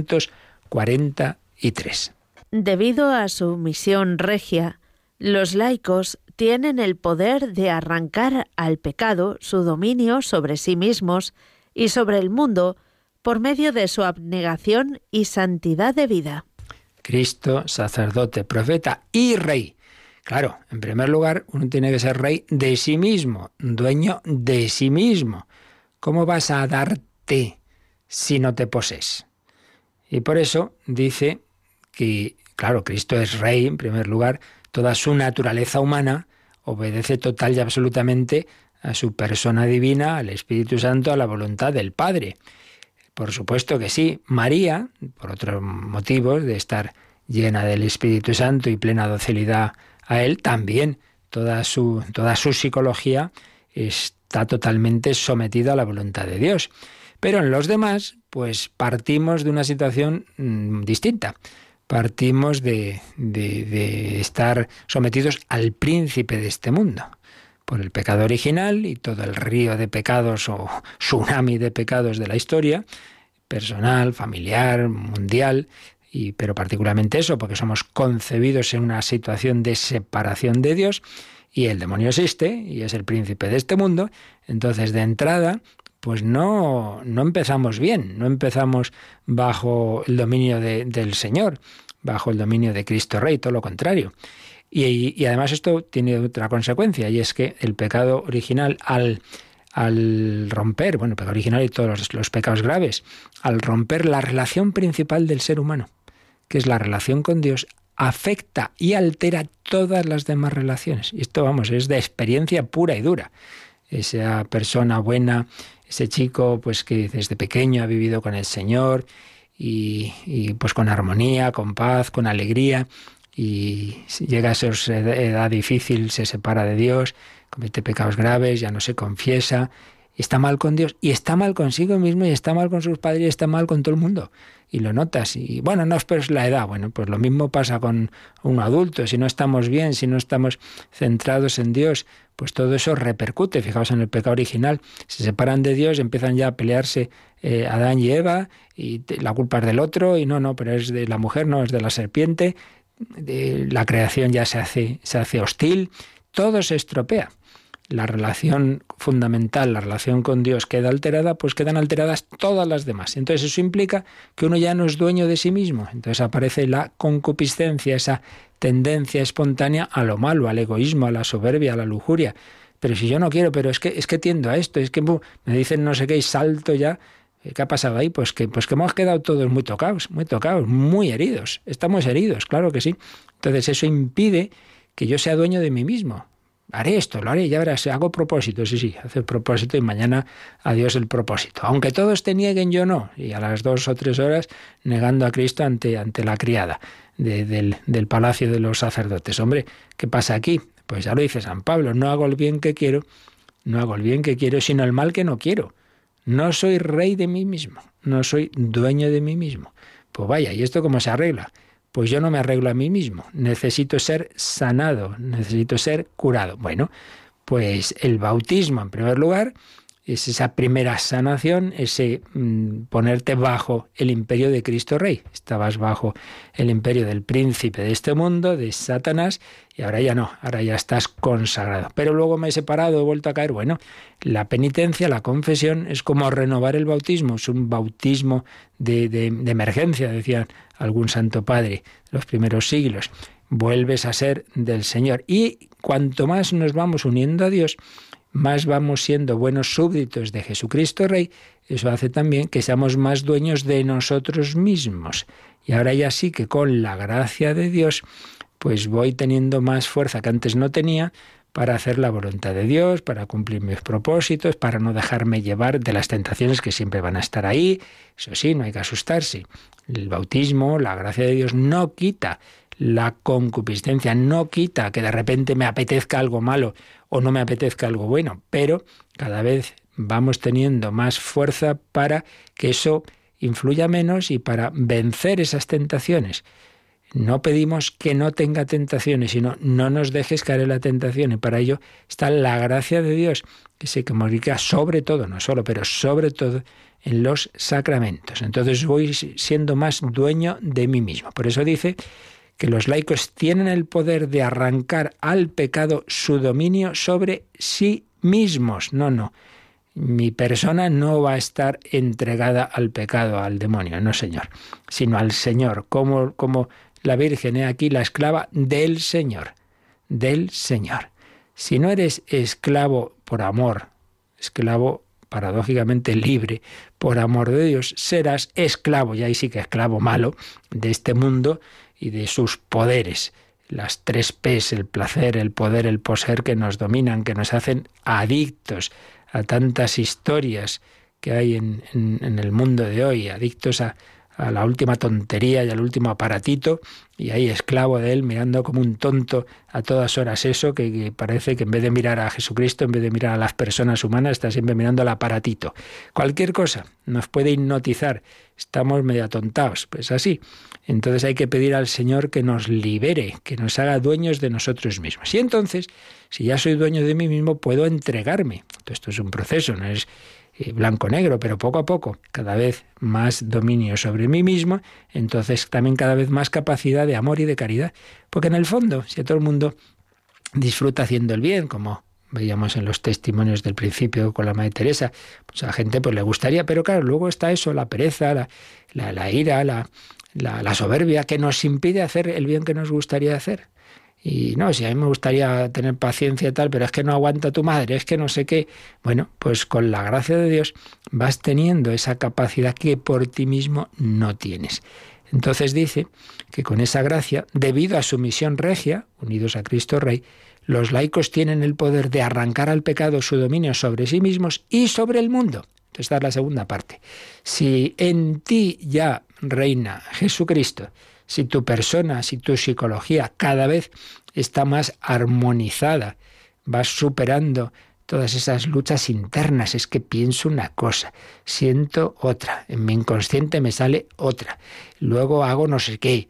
943. Debido a su misión regia, los laicos tienen el poder de arrancar al pecado su dominio sobre sí mismos y sobre el mundo por medio de su abnegación y santidad de vida. Cristo, sacerdote, profeta y rey. Claro, en primer lugar, uno tiene que ser rey de sí mismo, dueño de sí mismo. ¿Cómo vas a darte si no te posees? Y por eso dice que, claro, Cristo es rey, en primer lugar, toda su naturaleza humana obedece total y absolutamente a su persona divina, al Espíritu Santo, a la voluntad del Padre. Por supuesto que sí. María, por otros motivos de estar llena del Espíritu Santo y plena docilidad a Él, también toda su psicología está totalmente sometida a la voluntad de Dios. Pero en los demás, pues partimos de una situación distinta. Partimos de estar sometidos al príncipe de este mundo, por el pecado original y todo el río de pecados o tsunami de pecados de la historia, personal, familiar, mundial, pero particularmente eso, porque somos concebidos en una situación de separación de Dios y el demonio existe y es el príncipe de este mundo. Entonces, de entrada, pues no empezamos bien, no empezamos bajo el dominio del Señor, bajo el dominio de Cristo Rey, todo lo contrario. Y además esto tiene otra consecuencia, y es que el pecado original al romper, el pecado original y todos los pecados graves, al romper la relación principal del ser humano, que es la relación con Dios, afecta y altera todas las demás relaciones. Y esto, es de experiencia pura y dura. Esa persona buena, ese chico pues que desde pequeño ha vivido con el Señor y pues con armonía, con paz, con alegría, y llega a esa edad difícil, se separa de Dios, comete pecados graves, ya no se confiesa, está mal con Dios y está mal consigo mismo y está mal con sus padres y está mal con todo el mundo. Y lo notas. Y no es la edad. Pues lo mismo pasa con un adulto. Si no estamos bien, si no estamos centrados en Dios, pues todo eso repercute. Fijaos en el pecado original. Se separan de Dios, empiezan ya a pelearse Adán y Eva, y la culpa es del otro, y pero es de la mujer, no, es de la serpiente. La creación ya se hace hostil. Todo se estropea. La relación fundamental, la relación con Dios queda alterada, pues quedan alteradas todas las demás. Entonces eso implica que uno ya no es dueño de sí mismo. Entonces aparece la concupiscencia, esa tendencia espontánea a lo malo, al egoísmo, a la soberbia, a la lujuria. Pero si yo no quiero, pero es que tiendo a esto, es que me dicen no sé qué y salto ya. ¿Qué ha pasado ahí? Pues que hemos quedado todos muy tocados, muy heridos. Estamos heridos, claro que sí. Entonces eso impide que yo sea dueño de mí mismo. Haré esto, lo haré, ya verás, hago propósito, sí, hace el propósito y mañana adiós el propósito. Aunque todos te nieguen, yo no. Y a las 2 o 3 horas negando a Cristo ante la criada del palacio de los sacerdotes. Hombre, ¿qué pasa aquí? Pues ya lo dice San Pablo, no hago el bien que quiero, sino el mal que no quiero. No soy rey de mí mismo, no soy dueño de mí mismo. Pues vaya, ¿y esto cómo se arregla? Pues yo no me arreglo a mí mismo, necesito ser sanado, necesito ser curado. Bueno, pues el bautismo, en primer lugar, es esa primera sanación, ese ponerte bajo el imperio de Cristo Rey. Estabas bajo el imperio del príncipe de este mundo, de Satanás, y ahora ya no, ahora ya estás consagrado. Pero luego me he separado, he vuelto a caer. Bueno, la penitencia, la confesión, es como renovar el bautismo, es un bautismo de emergencia, decían algún santo padre, los primeros siglos. Vuelves a ser del Señor. Y cuanto más nos vamos uniendo a Dios, más vamos siendo buenos súbditos de Jesucristo Rey. Eso hace también que seamos más dueños de nosotros mismos. Y ahora ya sí que con la gracia de Dios, pues voy teniendo más fuerza que antes no tenía para hacer la voluntad de Dios, para cumplir mis propósitos, para no dejarme llevar de las tentaciones que siempre van a estar ahí. Eso sí, no hay que asustarse. El bautismo, la gracia de Dios, no quita la concupiscencia, no quita que de repente me apetezca algo malo o no me apetezca algo bueno, pero cada vez vamos teniendo más fuerza para que eso influya menos y para vencer esas tentaciones. No pedimos que no tenga tentaciones, sino no nos dejes caer en la tentación, y para ello está la gracia de Dios, que se comunica sobre todo, no solo, pero sobre todo en los sacramentos. Entonces voy siendo más dueño de mí mismo. Por eso dice que los laicos tienen el poder de arrancar al pecado su dominio sobre sí mismos. No. Mi persona no va a estar entregada al pecado, al demonio, no, Señor, sino al Señor, como la Virgen, aquí la esclava del Señor, del Señor. Si no eres esclavo por amor, esclavo paradójicamente libre por amor de Dios, serás esclavo, y ahí sí que esclavo malo, de este mundo y de sus poderes. Las 3 P's, el placer, el poder, el poseer, que nos dominan, que nos hacen adictos a tantas historias que hay en el mundo de hoy, adictos a la última tontería y al último aparatito, y ahí esclavo de él, mirando como un tonto a todas horas eso, que parece que en vez de mirar a Jesucristo, en vez de mirar a las personas humanas, está siempre mirando al aparatito. Cualquier cosa nos puede hipnotizar, estamos medio atontados, pues así. Entonces hay que pedir al Señor que nos libere, que nos haga dueños de nosotros mismos. Y entonces, si ya soy dueño de mí mismo, puedo entregarme. Esto es un proceso, no es blanco-negro, pero poco a poco, cada vez más dominio sobre mí mismo, entonces también cada vez más capacidad de amor y de caridad. Porque en el fondo, si todo el mundo disfruta haciendo el bien, como veíamos en los testimonios del principio con la Madre Teresa, pues a la gente pues le gustaría, pero claro, luego está eso, la pereza, la ira, la soberbia, que nos impide hacer el bien que nos gustaría hacer. Y no, si a mí me gustaría tener paciencia y tal, pero es que no aguanta tu madre, es que no sé qué. Bueno, pues con la gracia de Dios vas teniendo esa capacidad que por ti mismo no tienes. Entonces dice que con esa gracia, debido a su misión regia, unidos a Cristo Rey, los laicos tienen el poder de arrancar al pecado su dominio sobre sí mismos y sobre el mundo. Entonces esta es la segunda parte. Si en ti ya reina Jesucristo, si tu persona, si tu psicología cada vez está más armonizada, vas superando todas esas luchas internas, es que pienso una cosa, siento otra, en mi inconsciente me sale otra, luego hago no sé qué,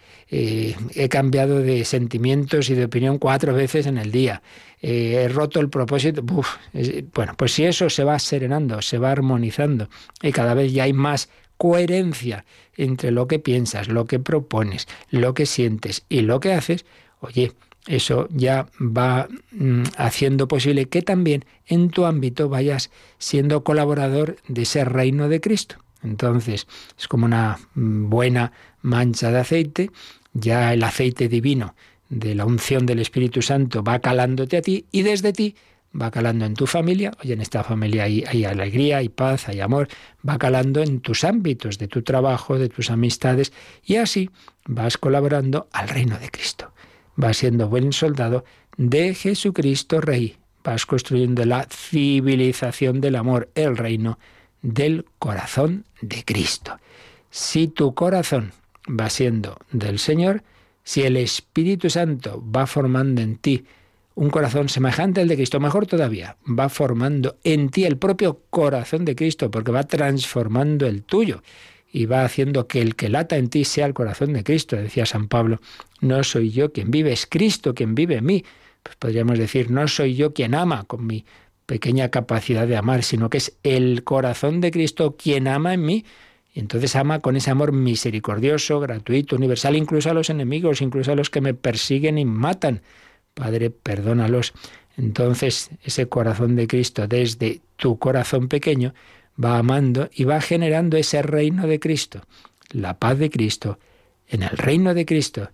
he cambiado de sentimientos y de opinión 4 veces en el día, he roto el propósito, bueno, pues si eso se va serenando, se va armonizando y cada vez ya hay más coherencia entre lo que piensas, lo que propones, lo que sientes y lo que haces, oye, eso ya va haciendo posible que también en tu ámbito vayas siendo colaborador de ese reino de Cristo. Entonces, es como una buena mancha de aceite, ya el aceite divino de la unción del Espíritu Santo va calándote a ti y desde ti va calando en tu familia. Oye, en esta familia hay alegría, hay paz, hay amor, va calando en tus ámbitos, de tu trabajo, de tus amistades, y así vas colaborando al reino de Cristo. Vas siendo buen soldado de Jesucristo Rey. Vas construyendo la civilización del amor, el reino del corazón de Cristo. Si tu corazón va siendo del Señor, si el Espíritu Santo va formando en ti un corazón semejante al de Cristo, mejor todavía, va formando en ti el propio corazón de Cristo, porque va transformando el tuyo y va haciendo que el que lata en ti sea el corazón de Cristo. Decía San Pablo, no soy yo quien vive, es Cristo quien vive en mí. Pues podríamos decir, no soy yo quien ama con mi pequeña capacidad de amar, sino que es el corazón de Cristo quien ama en mí. Y entonces ama con ese amor misericordioso, gratuito, universal, incluso a los enemigos, incluso a los que me persiguen y matan. Padre, perdónalos. Entonces, ese corazón de Cristo, desde tu corazón pequeño, va amando y va generando ese reino de Cristo, la paz de Cristo. En el reino de Cristo,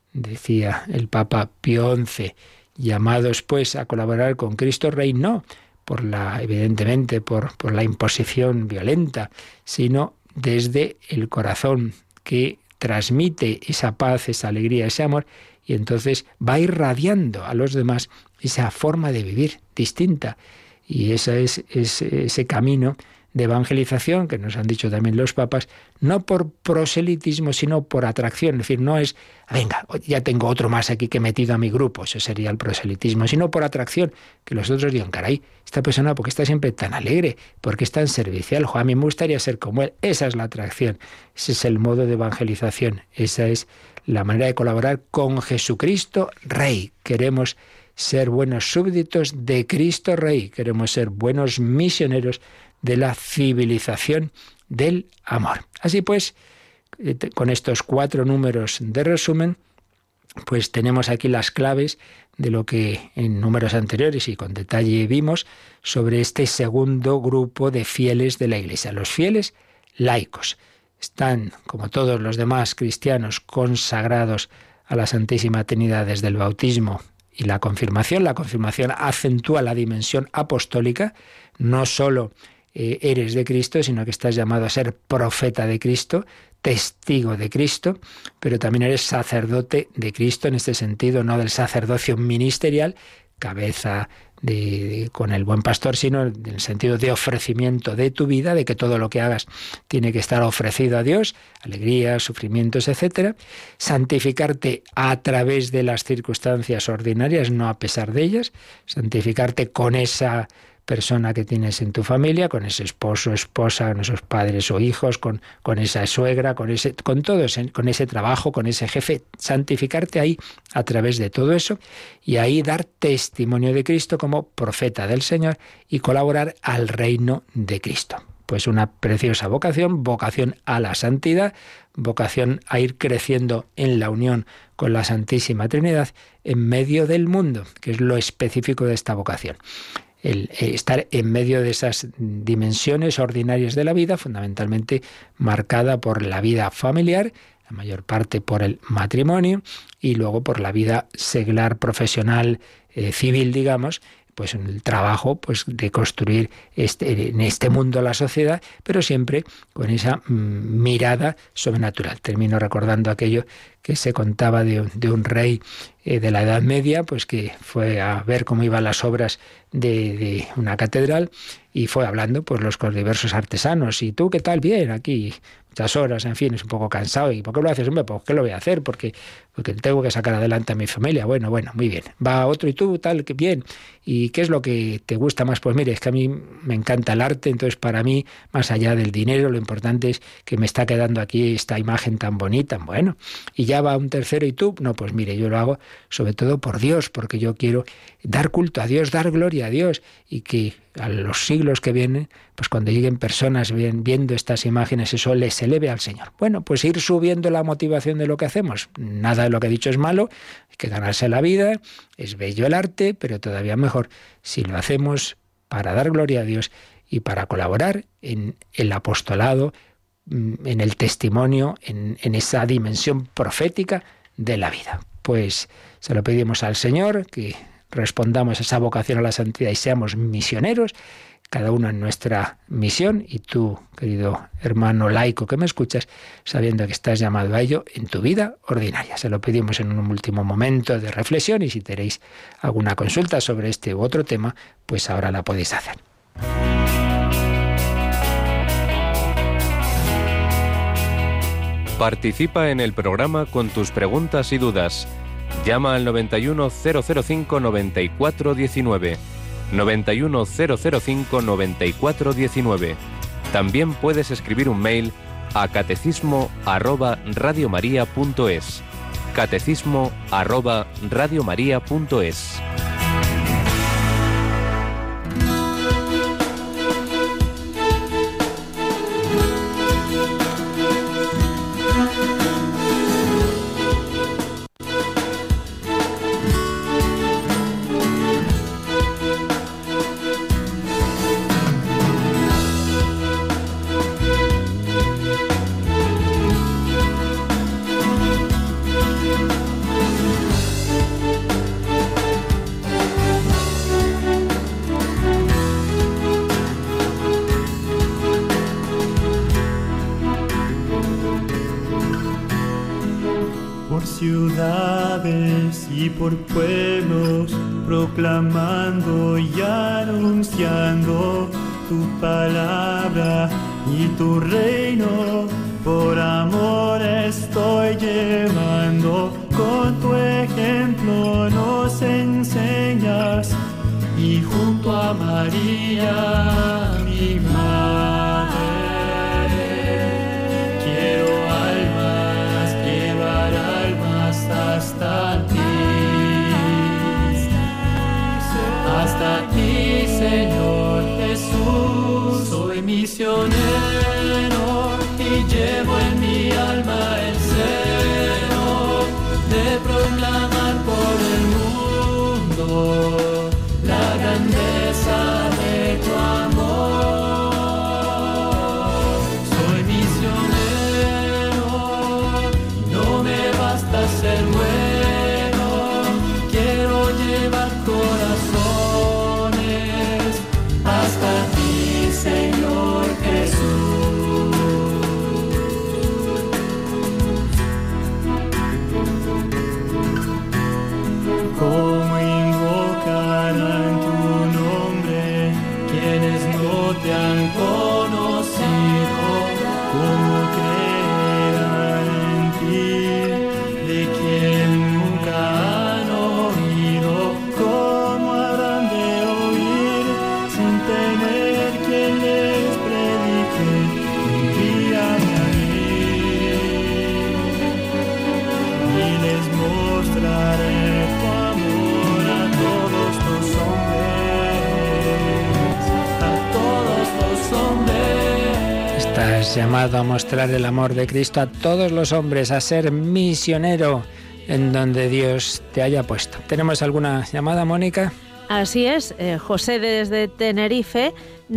decía el Papa Pío XI, llamados pues a colaborar con Cristo Rey, no evidentemente por la imposición violenta, sino desde el corazón que transmite esa paz, esa alegría, ese amor, y entonces va irradiando a los demás esa forma de vivir distinta. Y ese es ese camino de evangelización que nos han dicho también los papas, no por proselitismo, sino por atracción. Es decir, no es, venga, ya tengo otro más aquí que he metido a mi grupo, eso sería el proselitismo, sino por atracción, que los otros digan, caray, esta persona, ¿por qué está siempre tan alegre? ¿Por qué es tan servicial? A mí me gustaría ser como él. Esa es la atracción, ese es el modo de evangelización, esa es la manera de colaborar con Jesucristo Rey. Queremos ser buenos súbditos de Cristo Rey, queremos ser buenos misioneros de la civilización del amor. Así pues, con estos 4 números de resumen, pues tenemos aquí las claves de lo que en números anteriores y con detalle vimos sobre este segundo grupo de fieles de la Iglesia. Los fieles laicos están, como todos los demás cristianos, consagrados a la Santísima Trinidad desde el bautismo y la confirmación. La confirmación acentúa la dimensión apostólica, no solo eres de Cristo, sino que estás llamado a ser profeta de Cristo, testigo de Cristo, pero también eres sacerdote de Cristo, en este sentido, no del sacerdocio ministerial, cabeza con el buen pastor, sino en el sentido de ofrecimiento de tu vida, de que todo lo que hagas tiene que estar ofrecido a Dios, alegrías, sufrimientos, etc. Santificarte a través de las circunstancias ordinarias, no a pesar de ellas, santificarte con esa persona que tienes en tu familia, con ese esposo, esposa, con esos padres o hijos, con esa suegra, con todos, con ese trabajo, con ese jefe, santificarte ahí a través de todo eso y ahí dar testimonio de Cristo como profeta del Señor y colaborar al reino de Cristo. Pues una preciosa vocación, vocación a la santidad, vocación a ir creciendo en la unión con la Santísima Trinidad en medio del mundo, que es lo específico de esta vocación. El estar en medio de esas dimensiones ordinarias de la vida, fundamentalmente marcada por la vida familiar, la mayor parte por el matrimonio, y luego por la vida seglar, profesional, civil, digamos, pues en el trabajo, pues de construir en este mundo la sociedad, pero siempre con esa mirada sobrenatural. Termino recordando aquello que se contaba de un rey de la Edad Media, pues que fue a ver cómo iban las obras de una catedral y fue hablando pues con diversos artesanos. ¿Y tú qué tal? Bien, aquí muchas horas, en fin, es un poco cansado. ¿Y por qué lo haces? Hombre, pues ¿qué lo voy a hacer? Porque tengo que sacar adelante a mi familia. Bueno, muy bien. Va otro y tú, tal, que bien. ¿Y qué es lo que te gusta más? Pues mire, es que a mí me encanta el arte, entonces para mí, más allá del dinero, lo importante es que me está quedando aquí esta imagen tan bonita. Bueno, y ya va un tercero y tú, no, pues mire, yo lo hago sobre todo por Dios, porque yo quiero dar culto a Dios, dar gloria a Dios, y que a los siglos que vienen, pues cuando lleguen personas viendo estas imágenes, eso les eleve al Señor. Bueno, pues ir subiendo la motivación de lo que hacemos. Nada de lo que he dicho es malo, hay que ganarse la vida, es bello el arte, pero todavía mejor si lo hacemos para dar gloria a Dios y para colaborar en el apostolado, en el testimonio, en esa dimensión profética de la vida. Pues se lo pedimos al Señor, que respondamos a esa vocación a la santidad y seamos misioneros, cada uno en nuestra misión, y tú, querido hermano laico que me escuchas, sabiendo que estás llamado a ello en tu vida ordinaria. Se lo pedimos en un último momento de reflexión, y si tenéis alguna consulta sobre este u otro tema, pues ahora la podéis hacer. Participa en el programa con tus preguntas y dudas. Llama al 91-005-9419. 91-005-9419. También puedes escribir un mail a catecismo@radiomaria.es. catecismo@radiomaria.es. ciudades y por pueblos, proclamando y anunciando tu palabra y tu reino. Por amor estoy llevando, con tu ejemplo nos enseñas, y junto a María, mi madre, quiero llevar almas hasta ti, Señor Jesús. Soy misionero y llevo en mi alma el celo de proclamar por el mundo la grandeza de tu amor. Soy misionero, no me basta ser bueno, quiero llevar corazones hasta ti, Señor Jesús. ¿Cómo invocarán tu nombre quienes no te han conocido? ¿Cómo creerán en ti de quien nunca han oído? ¿Cómo habrán de oír sin tener quien les predique? Envíame a mí y les mostraré tu amor a todos los hombres, Estás llamado a mostrar el amor de Cristo a todos los hombres, a ser misionero en donde Dios te haya puesto. ¿Tenemos alguna llamada, Mónica? Así es, José desde Tenerife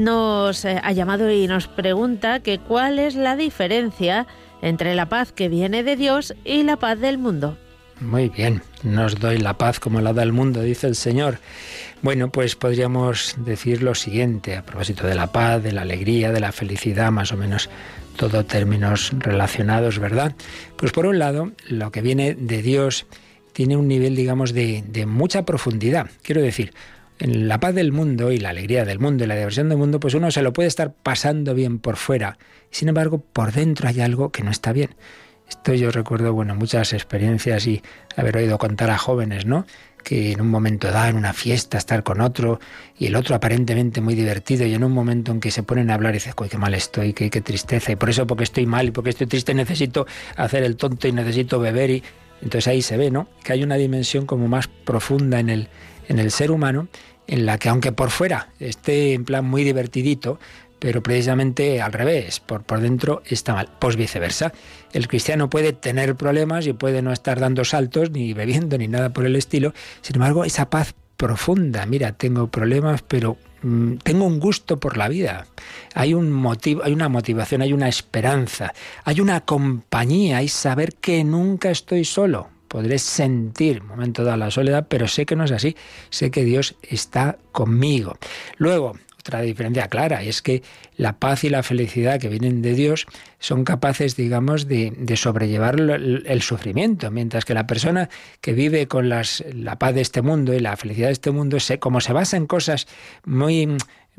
nos ha llamado y nos pregunta que cuál es la diferencia entre la paz que viene de Dios y la paz del mundo. Muy bien, no os doy la paz como la da el mundo, dice el Señor. Bueno, pues podríamos decir lo siguiente, a propósito de la paz, de la alegría, de la felicidad, más o menos todo términos relacionados, ¿verdad? Pues por un lado, lo que viene de Dios tiene un nivel, digamos, de mucha profundidad. Quiero decir, en la paz del mundo y la alegría del mundo y la diversión del mundo, pues uno se lo puede estar pasando bien por fuera. Sin embargo, por dentro hay algo que no está bien. Esto yo recuerdo, muchas experiencias y haber oído contar a jóvenes, ¿no? Que en un momento dado, en una fiesta, estar con otro y el otro aparentemente muy divertido, y en un momento en que se ponen a hablar y dicen, ¡uy, qué mal estoy, qué tristeza! Y por eso, porque estoy mal y porque estoy triste, necesito hacer el tonto y necesito beber. Y entonces ahí se ve, ¿no?, que hay una dimensión como más profunda en el ser humano, en la que aunque por fuera esté en plan muy divertidito, pero precisamente al revés, por dentro está mal. Pues viceversa. El cristiano puede tener problemas y puede no estar dando saltos, ni bebiendo, ni nada por el estilo. Sin embargo, esa paz profunda, mira, tengo problemas, pero tengo un gusto por la vida. Hay un motivo, hay una motivación, hay una esperanza, hay una compañía, hay saber que nunca estoy solo. Podré sentir un momento dado la soledad, pero sé que no es así. Sé que Dios está conmigo. Luego, otra diferencia clara es que la paz y la felicidad que vienen de Dios son capaces, digamos, de sobrellevar el sufrimiento, mientras que la persona que vive con la paz de este mundo y la felicidad de este mundo, como se basa en cosas muy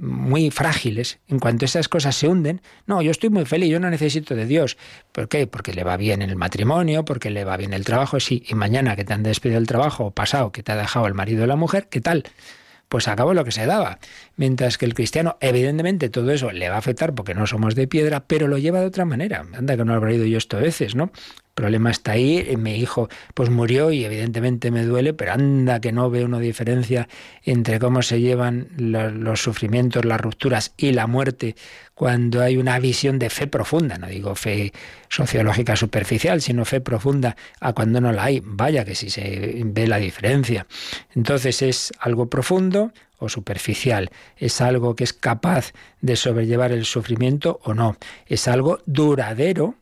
frágiles, en cuanto esas cosas se hunden, no, yo estoy muy feliz, yo no necesito de Dios. ¿Por qué? Porque le va bien en el matrimonio, porque le va bien el trabajo, sí, y mañana que te han despedido del trabajo, o pasado que te ha dejado el marido o la mujer, ¿qué tal? Pues acabó lo que se daba. Mientras que el cristiano, evidentemente, todo eso le va a afectar porque no somos de piedra, pero lo lleva de otra manera. Anda que no habré oído yo esto a veces, ¿no? El problema está ahí, mi hijo pues murió y evidentemente me duele, pero anda que no veo una diferencia entre cómo se llevan los sufrimientos, las rupturas y la muerte cuando hay una visión de fe profunda, no digo fe sociológica superficial, sino fe profunda, a cuando no la hay. Vaya que sí se ve la diferencia. Entonces, ¿es algo profundo o superficial? ¿Es algo que es capaz de sobrellevar el sufrimiento o no? ¿Es algo duradero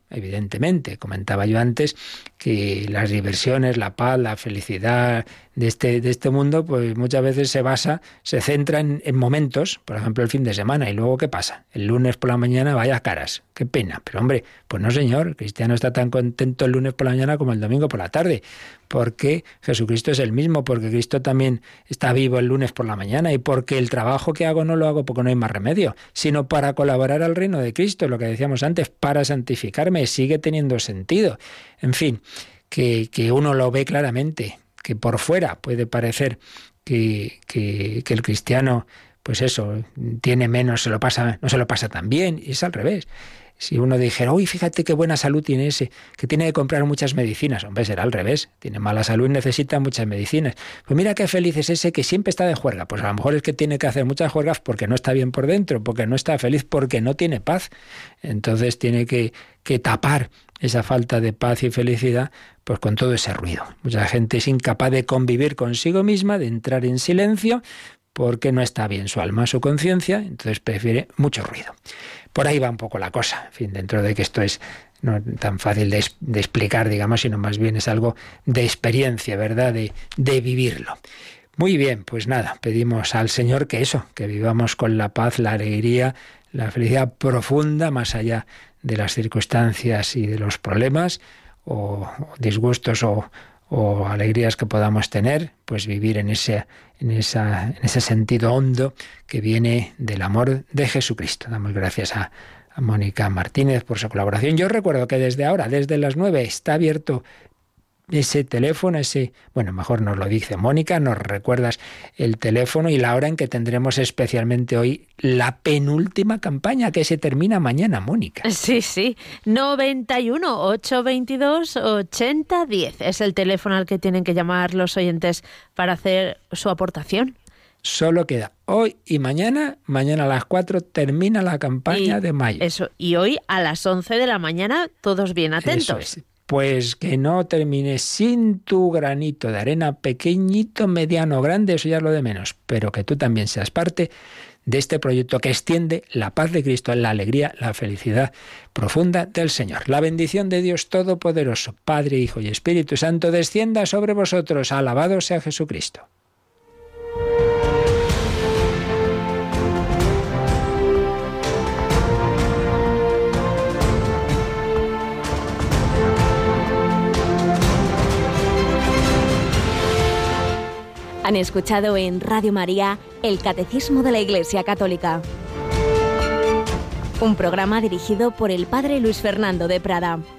evidentemente. Comentaba yo antes que las diversiones, la paz, la felicidad de este mundo, pues muchas veces se centra en momentos, por ejemplo el fin de semana, y luego ¿qué pasa? El lunes por la mañana, vaya caras, qué pena. Pero hombre, pues no señor, el cristiano está tan contento el lunes por la mañana como el domingo por la tarde, porque Jesucristo es el mismo, porque Cristo también está vivo el lunes por la mañana, y porque el trabajo que hago no lo hago porque no hay más remedio, sino para colaborar al reino de Cristo, lo que decíamos antes, para santificarme, sigue teniendo sentido. En fin, que uno lo ve claramente, que por fuera puede parecer que el cristiano, pues eso, tiene menos, no se lo pasa tan bien, y es al revés. Si uno dijera, uy, fíjate qué buena salud tiene ese, que tiene que comprar muchas medicinas, hombre, será al revés, tiene mala salud y necesita muchas medicinas. Pues mira qué feliz es ese que siempre está de juerga. Pues a lo mejor es que tiene que hacer muchas juergas porque no está bien por dentro, porque no está feliz, porque no tiene paz. Entonces tiene que tapar esa falta de paz y felicidad pues con todo ese ruido. Mucha gente es incapaz de convivir consigo misma, de entrar en silencio, porque no está bien su alma, su conciencia, entonces prefiere mucho ruido. Por ahí va un poco la cosa, en fin, dentro de que esto es no tan fácil de explicar, digamos, sino más bien es algo de experiencia, ¿verdad?, de vivirlo. Muy bien, pues nada, pedimos al Señor que vivamos con la paz, la alegría, la felicidad profunda, más allá de las circunstancias y de los problemas, o disgustos o alegrías que podamos tener, pues vivir en ese sentido hondo que viene del amor de Jesucristo. Damos gracias a Mónica Martínez por su colaboración. Yo recuerdo que desde las 9 está abierto ese teléfono, bueno, mejor nos lo dice Mónica, nos recuerdas el teléfono y la hora en que tendremos especialmente hoy la penúltima campaña que se termina mañana, Mónica. Sí, 91 822 8010 es el teléfono al que tienen que llamar los oyentes para hacer su aportación. Solo queda hoy y mañana a las 4 termina la campaña de mayo. Eso, y hoy a las 11 de la mañana, todos bien atentos. Eso es. Pues que no termines sin tu granito de arena, pequeñito, mediano, grande, eso ya es lo de menos, pero que tú también seas parte de este proyecto que extiende la paz de Cristo, la alegría, la felicidad profunda del Señor. La bendición de Dios Todopoderoso, Padre, Hijo y Espíritu Santo, descienda sobre vosotros. Alabado sea Jesucristo. Han escuchado en Radio María el Catecismo de la Iglesia Católica, un programa dirigido por el Padre Luis Fernando de Prada.